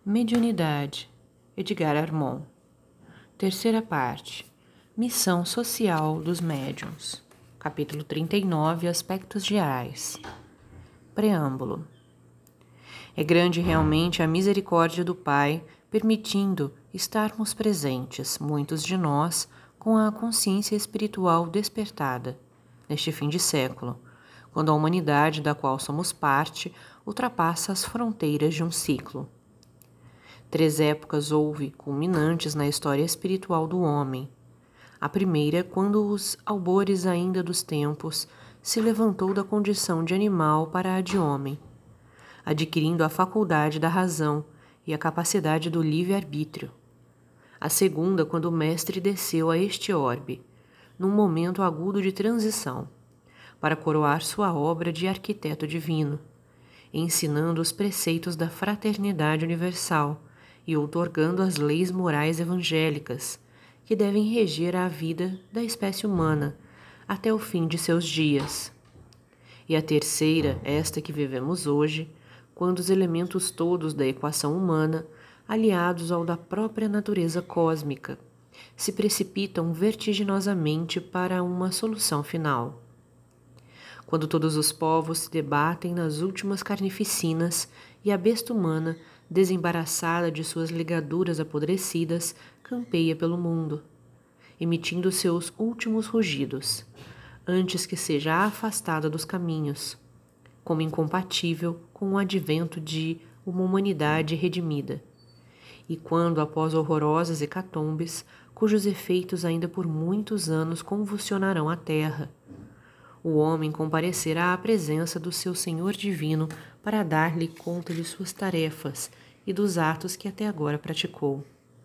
Mediunidade, Edgar Armond. Terceira parte. Missão social dos médiuns. Capítulo 39. Aspectos gerais. Preâmbulo. É grande realmente a misericórdia do Pai, permitindo estarmos presentes, muitos de nós, com a consciência espiritual despertada, neste fim de século, quando a humanidade da qual somos parte ultrapassa as fronteiras de um ciclo. 3 épocas houve culminantes na história espiritual do homem. A primeira, quando os albores ainda dos tempos se levantou da condição de animal para a de homem, adquirindo a faculdade da razão e a capacidade do livre-arbítrio. A segunda, quando o mestre desceu a este orbe, num momento agudo de transição, para coroar sua obra de arquiteto divino, ensinando os preceitos da fraternidade universal e outorgando as leis morais evangélicas que devem reger a vida da espécie humana até o fim de seus dias. E a terceira, esta que vivemos hoje, quando os elementos todos da equação humana, aliados ao da própria natureza cósmica, se precipitam vertiginosamente para uma solução final. Quando todos os povos se debatem nas últimas carnificinas e a besta humana, desembaraçada de suas ligaduras apodrecidas, campeia pelo mundo, emitindo seus últimos rugidos, antes que seja afastada dos caminhos, como incompatível com o advento de uma humanidade redimida. E quando, após horrorosas hecatombes, cujos efeitos ainda por muitos anos convulsionarão a terra, o homem comparecerá à presença do seu Senhor Divino para dar-lhe conta de suas tarefas e dos atos que até agora praticou.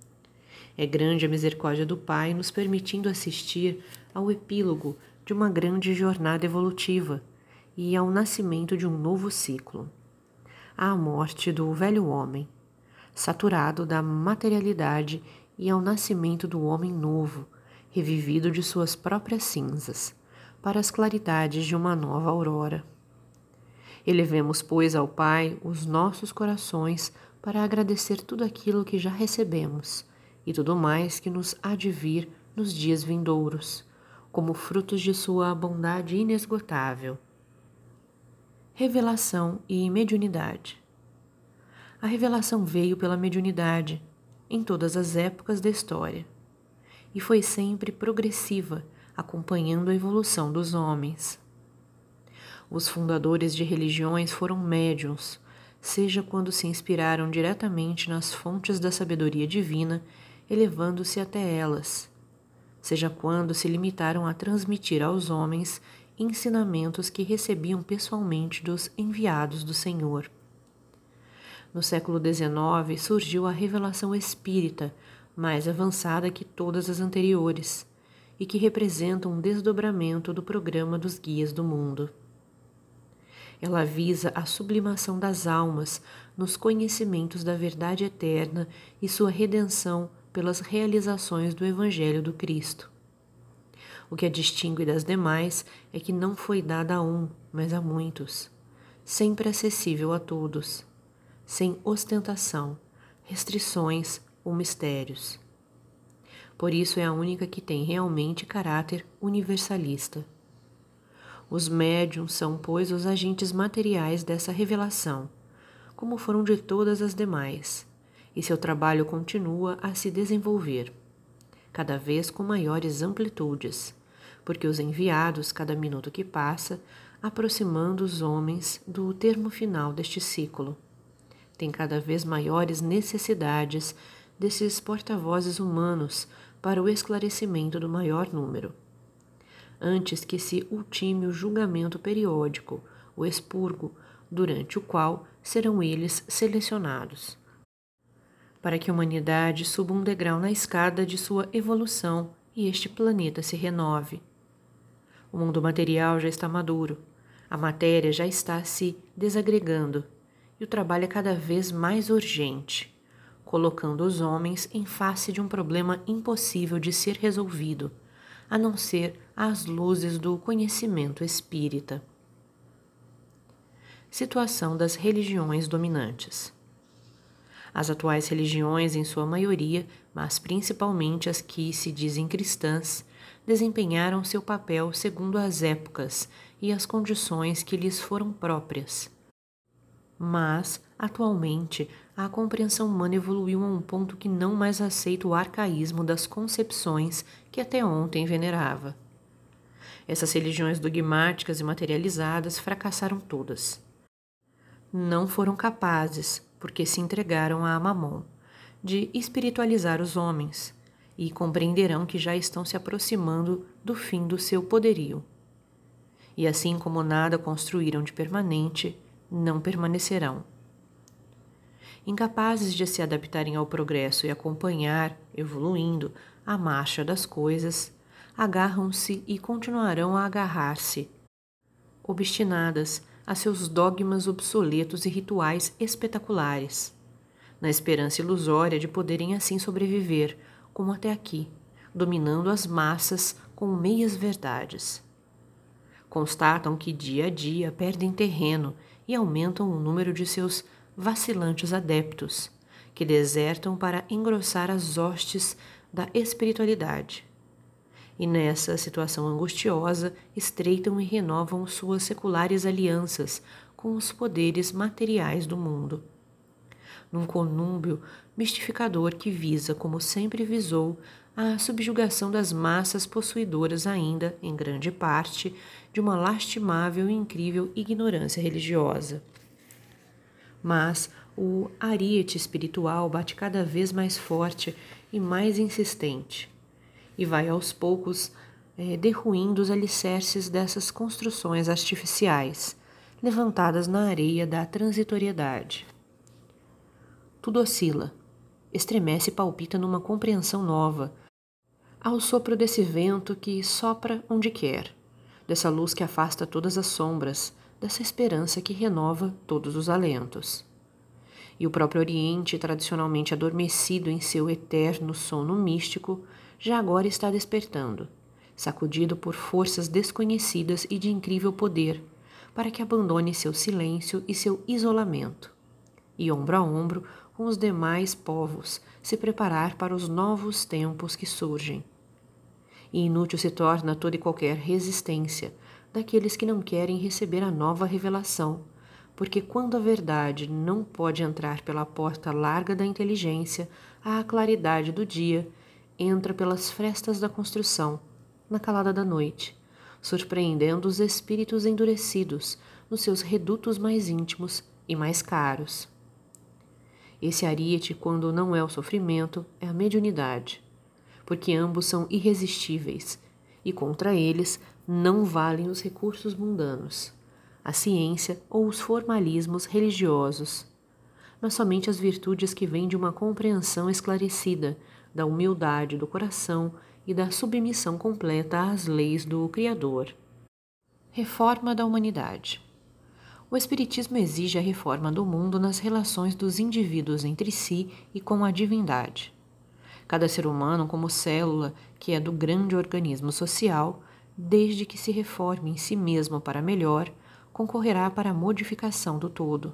É grande a misericórdia do Pai nos permitindo assistir ao epílogo de uma grande jornada evolutiva e ao nascimento de um novo ciclo, à morte do velho homem, saturado da materialidade, e ao nascimento do homem novo, revivido de suas próprias cinzas, para as claridades de uma nova aurora. Elevemos, pois, ao Pai os nossos corações para agradecer tudo aquilo que já recebemos e tudo mais que nos há de vir nos dias vindouros, como frutos de sua bondade inesgotável. Revelação e mediunidade. A revelação veio pela mediunidade em todas as épocas da história e foi sempre progressiva, acompanhando a evolução dos homens. Os fundadores de religiões foram médiuns, seja quando se inspiraram diretamente nas fontes da sabedoria divina, elevando-se até elas, seja quando se limitaram a transmitir aos homens ensinamentos que recebiam pessoalmente dos enviados do Senhor. No século XIX surgiu a revelação espírita, mais avançada que todas as anteriores, e que representa um desdobramento do programa dos guias do mundo. Ela visa a sublimação das almas nos conhecimentos da verdade eterna e sua redenção pelas realizações do Evangelho do Cristo. O que a distingue das demais é que não foi dada a um, mas a muitos, sempre acessível a todos, sem ostentação, restrições ou mistérios. Por isso é a única que tem realmente caráter universalista. Os médiuns são, pois, os agentes materiais dessa revelação, como foram de todas as demais, e seu trabalho continua a se desenvolver, cada vez com maiores amplitudes, porque os enviados, cada minuto que passa, aproximando os homens do termo final deste ciclo, têm cada vez maiores necessidades desses porta-vozes humanos para o esclarecimento do maior número, antes que se ultime o julgamento periódico, o expurgo, durante o qual serão eles selecionados, para que a humanidade suba um degrau na escada de sua evolução e este planeta se renove. O mundo material já está maduro, a matéria já está se desagregando, e o trabalho é cada vez mais urgente, colocando os homens em face de um problema impossível de ser resolvido, a não ser às luzes do conhecimento espírita. Situação das religiões dominantes. As atuais religiões, em sua maioria, mas principalmente as que se dizem cristãs, desempenharam seu papel segundo as épocas e as condições que lhes foram próprias. Mas, atualmente, a compreensão humana evoluiu a um ponto que não mais aceita o arcaísmo das concepções que até ontem venerava. Essas religiões dogmáticas e materializadas fracassaram todas. Não foram capazes, porque se entregaram a Mamon, de espiritualizar os homens, e compreenderão que já estão se aproximando do fim do seu poderio. E assim como nada construíram de permanente, não permanecerão. Incapazes de se adaptarem ao progresso e acompanhar, evoluindo, a marcha das coisas, agarram-se e continuarão a agarrar-se, obstinadas a seus dogmas obsoletos e rituais espetaculares, na esperança ilusória de poderem assim sobreviver, como até aqui, dominando as massas com meias verdades. Constatam que dia a dia perdem terreno e aumentam o número de seus vacilantes adeptos, que desertam para engrossar as hostes da espiritualidade. E nessa situação angustiosa, estreitam e renovam suas seculares alianças com os poderes materiais do mundo. Num conúbio mistificador que visa, como sempre visou, a subjugação das massas possuidoras ainda, em grande parte, de uma lastimável e incrível ignorância religiosa. Mas o ariete espiritual bate cada vez mais forte e mais insistente, e vai aos poucos derruindo os alicerces dessas construções artificiais, levantadas na areia da transitoriedade. Tudo oscila, estremece e palpita numa compreensão nova, ao sopro desse vento que sopra onde quer, dessa luz que afasta todas as sombras, dessa esperança que renova todos os alentos. E o próprio Oriente, tradicionalmente adormecido em seu eterno sono místico, já agora está despertando, sacudido por forças desconhecidas e de incrível poder, para que abandone seu silêncio e seu isolamento, e ombro a ombro com os demais povos se preparar para os novos tempos que surgem. E inútil se torna toda e qualquer resistência daqueles que não querem receber a nova revelação, porque quando a verdade não pode entrar pela porta larga da inteligência, a claridade do dia entra pelas frestas da construção, na calada da noite, surpreendendo os espíritos endurecidos nos seus redutos mais íntimos e mais caros. Esse ariete, quando não é o sofrimento, é a mediunidade, porque ambos são irresistíveis, e contra eles não valem os recursos mundanos, a ciência ou os formalismos religiosos, mas somente as virtudes que vêm de uma compreensão esclarecida da humildade do coração e da submissão completa às leis do Criador. Reforma da humanidade. O Espiritismo exige a reforma do mundo nas relações dos indivíduos entre si e com a divindade. Cada ser humano, como célula que é do grande organismo social, desde que se reforme em si mesmo para melhor, concorrerá para a modificação do todo.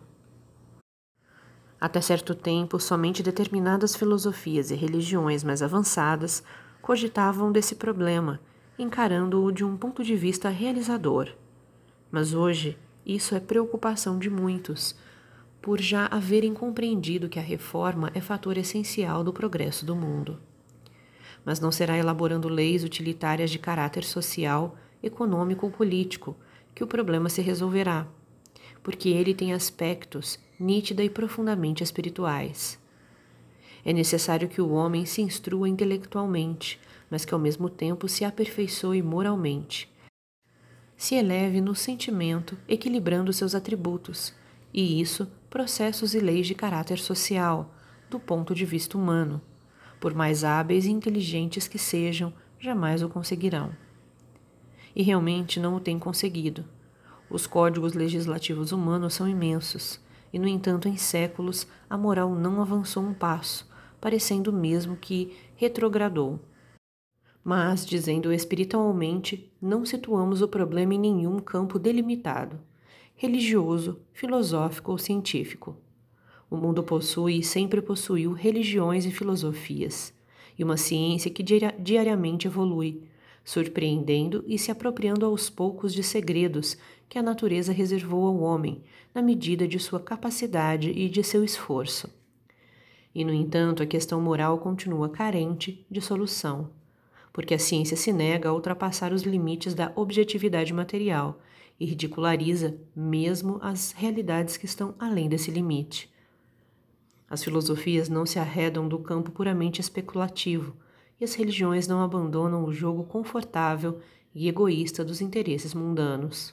Até certo tempo, somente determinadas filosofias e religiões mais avançadas cogitavam desse problema, encarando-o de um ponto de vista realizador. Mas hoje, isso é preocupação de muitos, por já haverem compreendido que a reforma é fator essencial do progresso do mundo. Mas não será elaborando leis utilitárias de caráter social, econômico ou político que o problema se resolverá, porque ele tem aspectos nítida e profundamente espirituais. É necessário que o homem se instrua intelectualmente, mas que ao mesmo tempo se aperfeiçoe moralmente, se eleve no sentimento, equilibrando seus atributos, e isso, processos e leis de caráter social, do ponto de vista humano, por mais hábeis e inteligentes que sejam, jamais o conseguirão. E realmente não o têm conseguido. Os códigos legislativos humanos são imensos, e, no entanto, em séculos, a moral não avançou um passo, parecendo mesmo que retrogradou. Mas, dizendo espiritualmente, não situamos o problema em nenhum campo delimitado, religioso, filosófico ou científico. O mundo possui e sempre possuiu religiões e filosofias, e uma ciência que diariamente evolui, surpreendendo e se apropriando aos poucos de segredos que a natureza reservou ao homem, na medida de sua capacidade e de seu esforço. E, no entanto, a questão moral continua carente de solução, porque a ciência se nega a ultrapassar os limites da objetividade material e ridiculariza mesmo as realidades que estão além desse limite. As filosofias não se arredam do campo puramente especulativo e as religiões não abandonam o jogo confortável e egoísta dos interesses mundanos.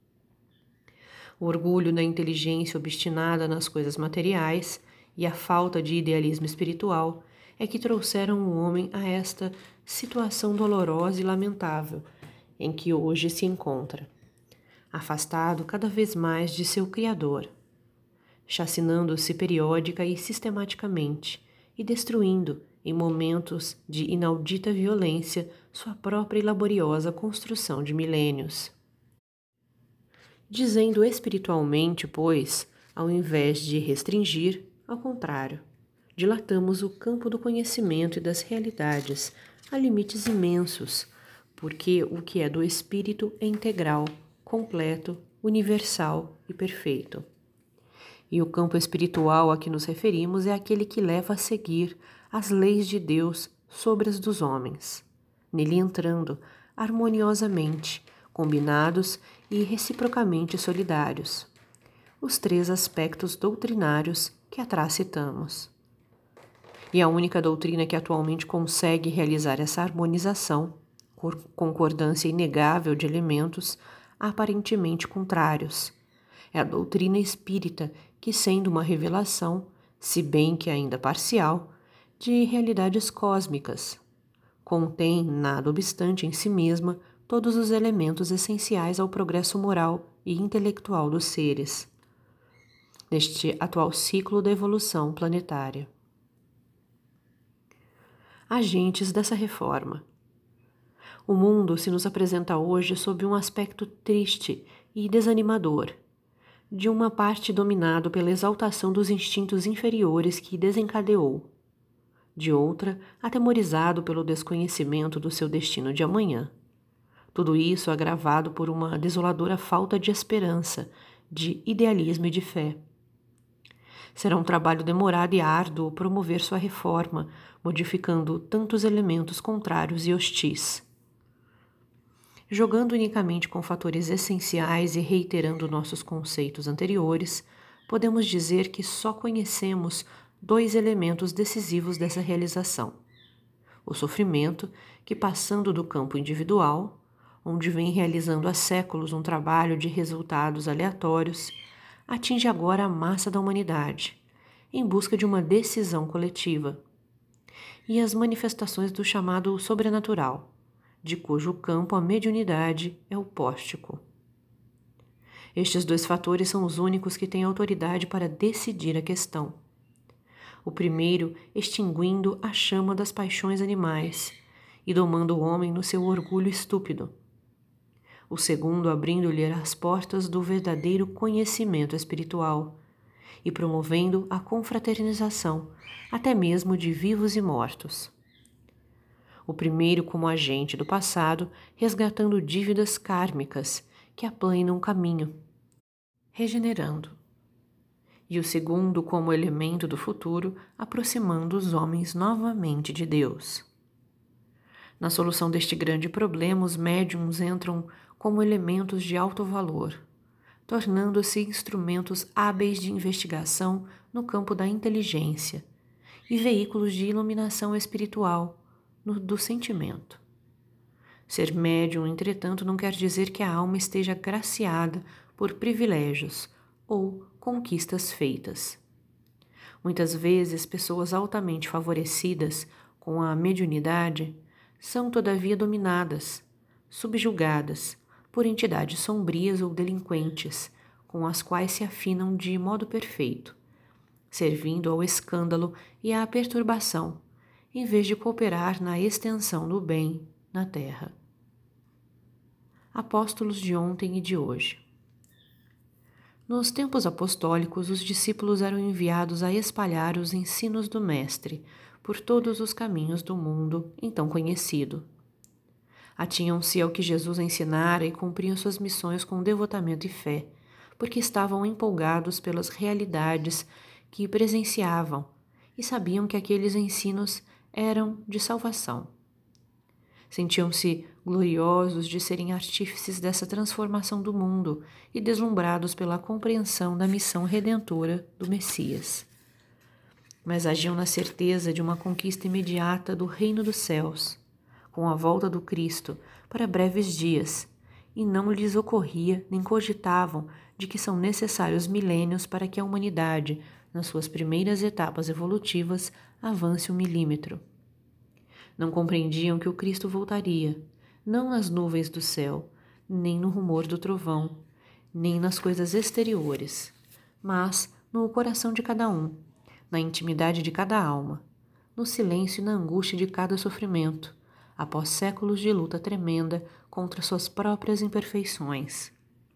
O orgulho da inteligência obstinada nas coisas materiais e a falta de idealismo espiritual é que trouxeram o homem a esta situação dolorosa e lamentável em que hoje se encontra, afastado cada vez mais de seu Criador, chacinando-se periódica e sistematicamente e destruindo, em momentos de inaudita violência, sua própria e laboriosa construção de milênios. Dizendo espiritualmente, pois, ao invés de restringir, ao contrário, dilatamos o campo do conhecimento e das realidades a limites imensos, porque o que é do espírito é integral, completo, universal e perfeito. E o campo espiritual a que nos referimos é aquele que leva a seguir as leis de Deus sobre as dos homens, nele entrando harmoniosamente, combinados e reciprocamente solidários. Os três aspectos doutrinários que atrás citamos. E a única doutrina que atualmente consegue realizar essa harmonização, concordância inegável de elementos aparentemente contrários, é a doutrina espírita que, sendo uma revelação, se bem que ainda parcial, de realidades cósmicas, contém, nada obstante em si mesma, todos os elementos essenciais ao progresso moral e intelectual dos seres, neste atual ciclo da evolução planetária. Agentes dessa reforma. O mundo se nos apresenta hoje sob um aspecto triste e desanimador, de uma parte dominado pela exaltação dos instintos inferiores que desencadeou, de outra atemorizado pelo desconhecimento do seu destino de amanhã. Tudo isso agravado por uma desoladora falta de esperança, de idealismo e de fé. Será um trabalho demorado e árduo promover sua reforma, modificando tantos elementos contrários e hostis. Jogando unicamente com fatores essenciais e reiterando nossos conceitos anteriores, podemos dizer que só conhecemos dois elementos decisivos dessa realização. O sofrimento, que passando do campo individual, onde vem realizando há séculos um trabalho de resultados aleatórios, atinge agora a massa da humanidade, em busca de uma decisão coletiva. E as manifestações do chamado sobrenatural, de cujo campo a mediunidade é o póstico. Estes dois fatores são os únicos que têm autoridade para decidir a questão. O primeiro extinguindo a chama das paixões animais e domando o homem no seu orgulho estúpido. O segundo abrindo-lhe as portas do verdadeiro conhecimento espiritual e promovendo a confraternização, até mesmo de vivos e mortos. O primeiro como agente do passado, resgatando dívidas kármicas que aplanam o caminho, regenerando. E o segundo como elemento do futuro, aproximando os homens novamente de Deus. Na solução deste grande problema, os médiuns entram como elementos de alto valor, tornando-se instrumentos hábeis de investigação no campo da inteligência e veículos de iluminação espiritual do sentimento. Ser médium, entretanto, não quer dizer que a alma esteja graciada por privilégios ou conquistas feitas. Muitas vezes, pessoas altamente favorecidas com a mediunidade são, todavia, dominadas, subjugadas por entidades sombrias ou delinquentes, com as quais se afinam de modo perfeito, servindo ao escândalo e à perturbação, em vez de cooperar na extensão do bem na terra. Apóstolos de ontem e de hoje. Nos tempos apostólicos, os discípulos eram enviados a espalhar os ensinos do Mestre por todos os caminhos do mundo então conhecido. Atinham-se ao que Jesus ensinara e cumpriam suas missões com devotamento e fé, porque estavam empolgados pelas realidades que presenciavam e sabiam que aqueles ensinos eram de salvação. Sentiam-se gloriosos de serem artífices dessa transformação do mundo e deslumbrados pela compreensão da missão redentora do Messias. Mas agiam na certeza de uma conquista imediata do reino dos céus, com a volta do Cristo para breves dias, e não lhes ocorria nem cogitavam de que são necessários milênios para que a humanidade, nas suas primeiras etapas evolutivas, avance 1 milímetro. Não compreendiam que o Cristo voltaria, não nas nuvens do céu, nem no rumor do trovão, nem nas coisas exteriores, mas no coração de cada um, na intimidade de cada alma, no silêncio e na angústia de cada sofrimento, após séculos de luta tremenda contra suas próprias imperfeições.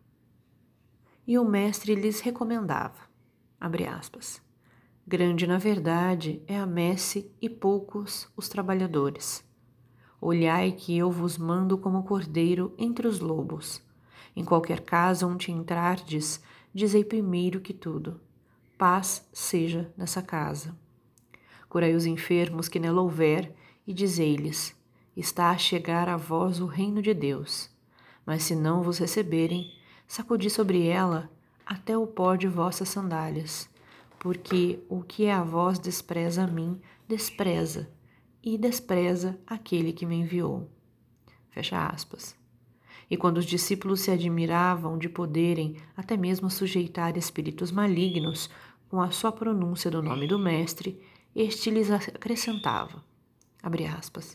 E o Mestre lhes recomendava, abre aspas, grande, na verdade, é a messe e poucos os trabalhadores. Olhai que eu vos mando como cordeiro entre os lobos. Em qualquer casa onde entrardes, dizei primeiro que tudo, paz seja nessa casa. Curai os enfermos que nela houver, e dizei-lhes, está a chegar a vós o reino de Deus. Mas se não vos receberem, sacudi sobre ela até o pó de vossas sandálias, porque o que a vós despreza a mim, despreza, e despreza aquele que me enviou. Fecha aspas. E quando os discípulos se admiravam de poderem até mesmo sujeitar espíritos malignos com a só pronúncia do nome do Mestre, este lhes acrescentava, abre aspas,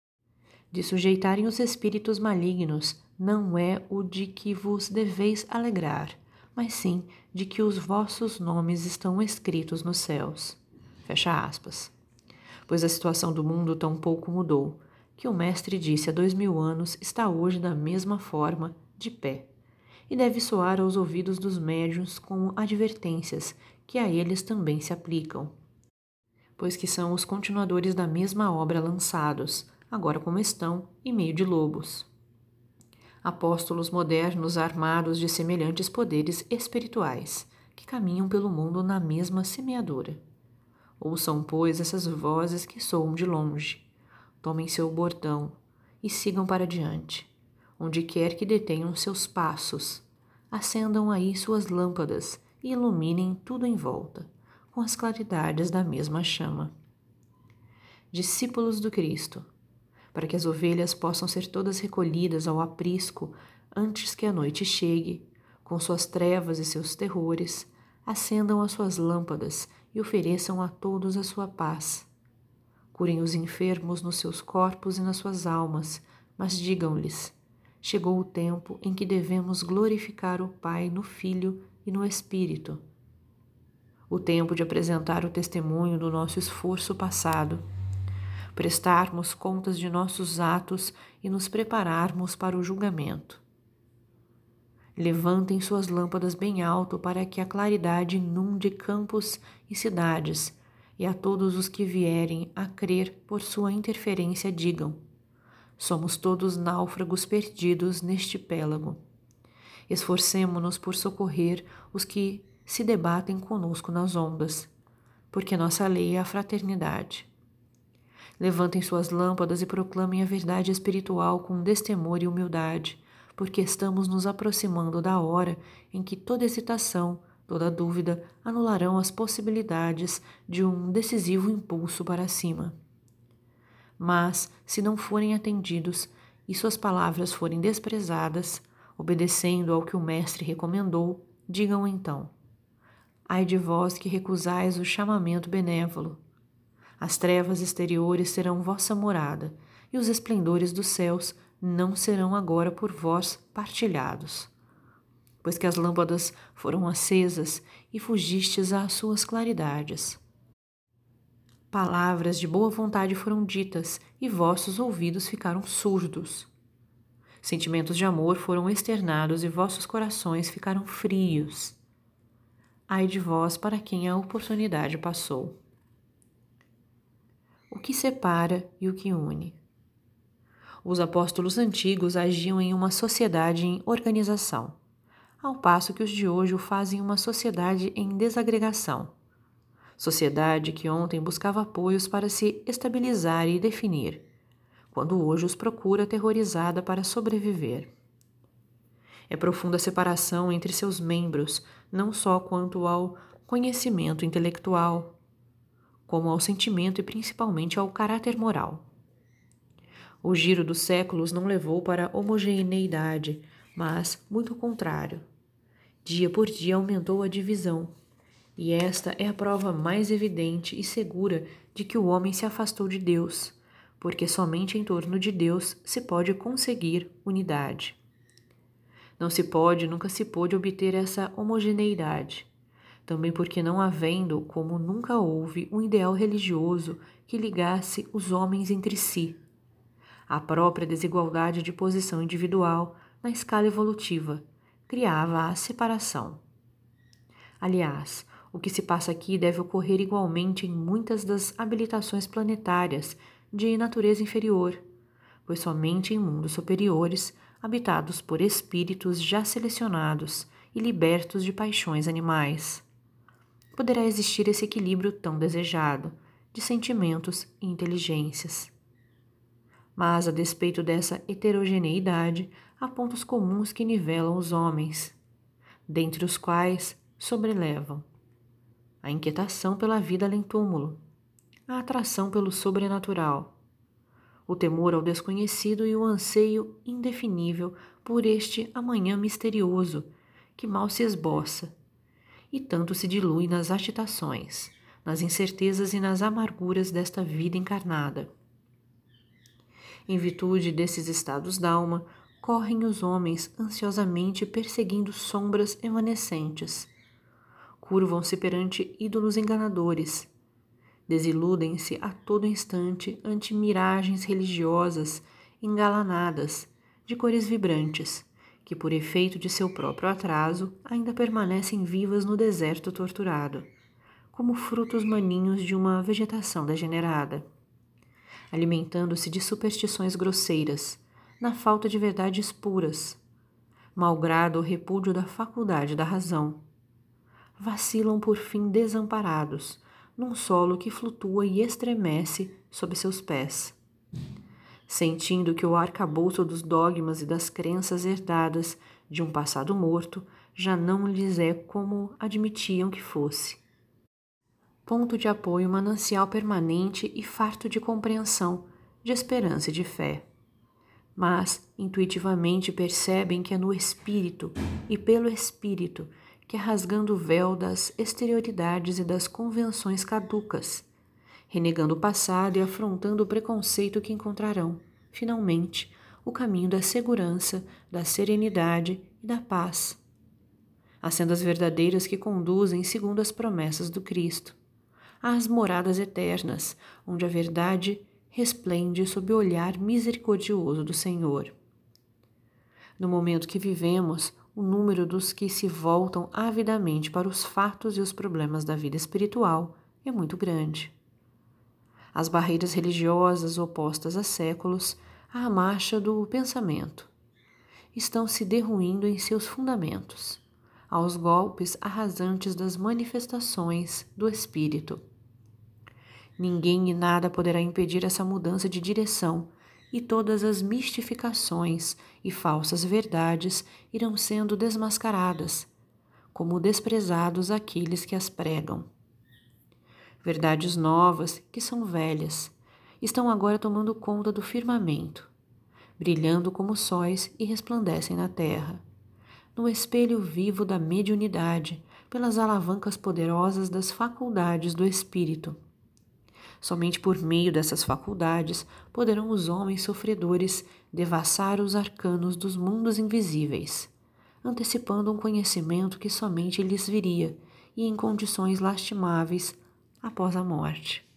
de sujeitarem os espíritos malignos não é o de que vos deveis alegrar, mas sim de que os vossos nomes estão escritos nos céus. Fecha aspas. Pois a situação do mundo tão pouco mudou, que o Mestre disse há 2000 anos está hoje da mesma forma, de pé, e deve soar aos ouvidos dos médiuns como advertências que a eles também se aplicam, pois que são os continuadores da mesma obra lançados, agora como estão, em meio de lobos. Apóstolos modernos armados de semelhantes poderes espirituais, que caminham pelo mundo na mesma semeadura. Ouçam, pois, essas vozes que soam de longe. Tomem seu bordão e sigam para diante, onde quer que detenham seus passos. Acendam aí suas lâmpadas e iluminem tudo em volta, com as claridades da mesma chama. Discípulos do Cristo, para que as ovelhas possam ser todas recolhidas ao aprisco antes que a noite chegue, com suas trevas e seus terrores, acendam as suas lâmpadas e ofereçam a todos a sua paz. Curem os enfermos nos seus corpos e nas suas almas, mas digam-lhes, chegou o tempo em que devemos glorificar o Pai no Filho e no Espírito. O tempo de apresentar o testemunho do nosso esforço passado, prestarmos contas de nossos atos e nos prepararmos para o julgamento. Levantem suas lâmpadas bem alto para que a claridade inunde campos e cidades, e a todos os que vierem a crer por sua interferência digam: somos todos náufragos perdidos neste pélago. Esforcemo-nos por socorrer os que se debatem conosco nas ondas, porque nossa lei é a fraternidade. Levantem suas lâmpadas e proclamem a verdade espiritual com destemor e humildade, porque estamos nos aproximando da hora em que toda hesitação, toda dúvida anularão as possibilidades de um decisivo impulso para cima. Mas, se não forem atendidos e suas palavras forem desprezadas, obedecendo ao que o Mestre recomendou, digam então: ai de vós que recusais o chamamento benévolo. As trevas exteriores serão vossa morada, e os esplendores dos céus não serão agora por vós partilhados. Pois que as lâmpadas foram acesas e fugistes às suas claridades. Palavras de boa vontade foram ditas e vossos ouvidos ficaram surdos. Sentimentos de amor foram externados e vossos corações ficaram frios. Ai de vós para quem a oportunidade passou. O que separa e o que une? Os apóstolos antigos agiam em uma sociedade em organização, ao passo que os de hoje o fazem em uma sociedade em desagregação. Sociedade que ontem buscava apoios para se estabilizar e definir, quando hoje os procura aterrorizada para sobreviver. É profunda a separação entre seus membros, não só quanto ao conhecimento intelectual, como ao sentimento e principalmente ao caráter moral. O giro dos séculos não levou para a homogeneidade, mas, muito ao contrário. Dia por dia aumentou a divisão, e esta é a prova mais evidente e segura de que o homem se afastou de Deus, porque somente em torno de Deus se pode conseguir unidade. Não se pode, nunca se pôde obter essa homogeneidade, também porque não havendo, como nunca houve, um ideal religioso que ligasse os homens entre si. A própria desigualdade de posição individual na escala evolutiva criava a separação. Aliás, o que se passa aqui deve ocorrer igualmente em muitas das habilitações planetárias de natureza inferior, pois somente em mundos superiores, habitados por espíritos já selecionados e libertos de paixões animais, poderá existir esse equilíbrio tão desejado de sentimentos e inteligências. Mas, a despeito dessa heterogeneidade, há pontos comuns que nivelam os homens, dentre os quais sobrelevam a inquietação pela vida além-túmulo, a atração pelo sobrenatural, o temor ao desconhecido e o anseio indefinível por este amanhã misterioso que mal se esboça e tanto se dilui nas agitações, nas incertezas e nas amarguras desta vida encarnada. Em virtude desses estados d'alma, correm os homens ansiosamente perseguindo sombras evanescentes. Curvam-se perante ídolos enganadores. Desiludem-se a todo instante ante miragens religiosas engalanadas, de cores vibrantes, que por efeito de seu próprio atraso ainda permanecem vivas no deserto torturado, como frutos maninhos de uma vegetação degenerada, alimentando-se de superstições grosseiras, na falta de verdades puras, malgrado o repúdio da faculdade da razão. Vacilam por fim desamparados, num solo que flutua e estremece sob seus pés, sentindo que o arcabouço dos dogmas e das crenças herdadas de um passado morto já não lhes é como admitiam que fosse. Ponto de apoio manancial permanente e farto de compreensão, de esperança e de fé. Mas, intuitivamente percebem que é no espírito e pelo espírito que é rasgando o véu das exterioridades e das convenções caducas, renegando o passado e afrontando o preconceito que encontrarão, finalmente, o caminho da segurança, da serenidade e da paz. As sendas verdadeiras que conduzem segundo as promessas do Cristo, às moradas eternas, onde a verdade resplende sob o olhar misericordioso do Senhor. No momento que vivemos, o número dos que se voltam avidamente para os fatos e os problemas da vida espiritual é muito grande. As barreiras religiosas opostas há séculos à marcha do pensamento estão se derruindo em seus fundamentos, aos golpes arrasantes das manifestações do espírito. Ninguém e nada poderá impedir essa mudança de direção, e todas as mistificações e falsas verdades irão sendo desmascaradas, como desprezados aqueles que as pregam. Verdades novas, que são velhas, estão agora tomando conta do firmamento, brilhando como sóis e resplandecem na terra, no espelho vivo da mediunidade, pelas alavancas poderosas das faculdades do espírito. Somente por meio dessas faculdades poderão os homens sofredores devassar os arcanos dos mundos invisíveis, antecipando um conhecimento que somente lhes viria e em condições lastimáveis após a morte.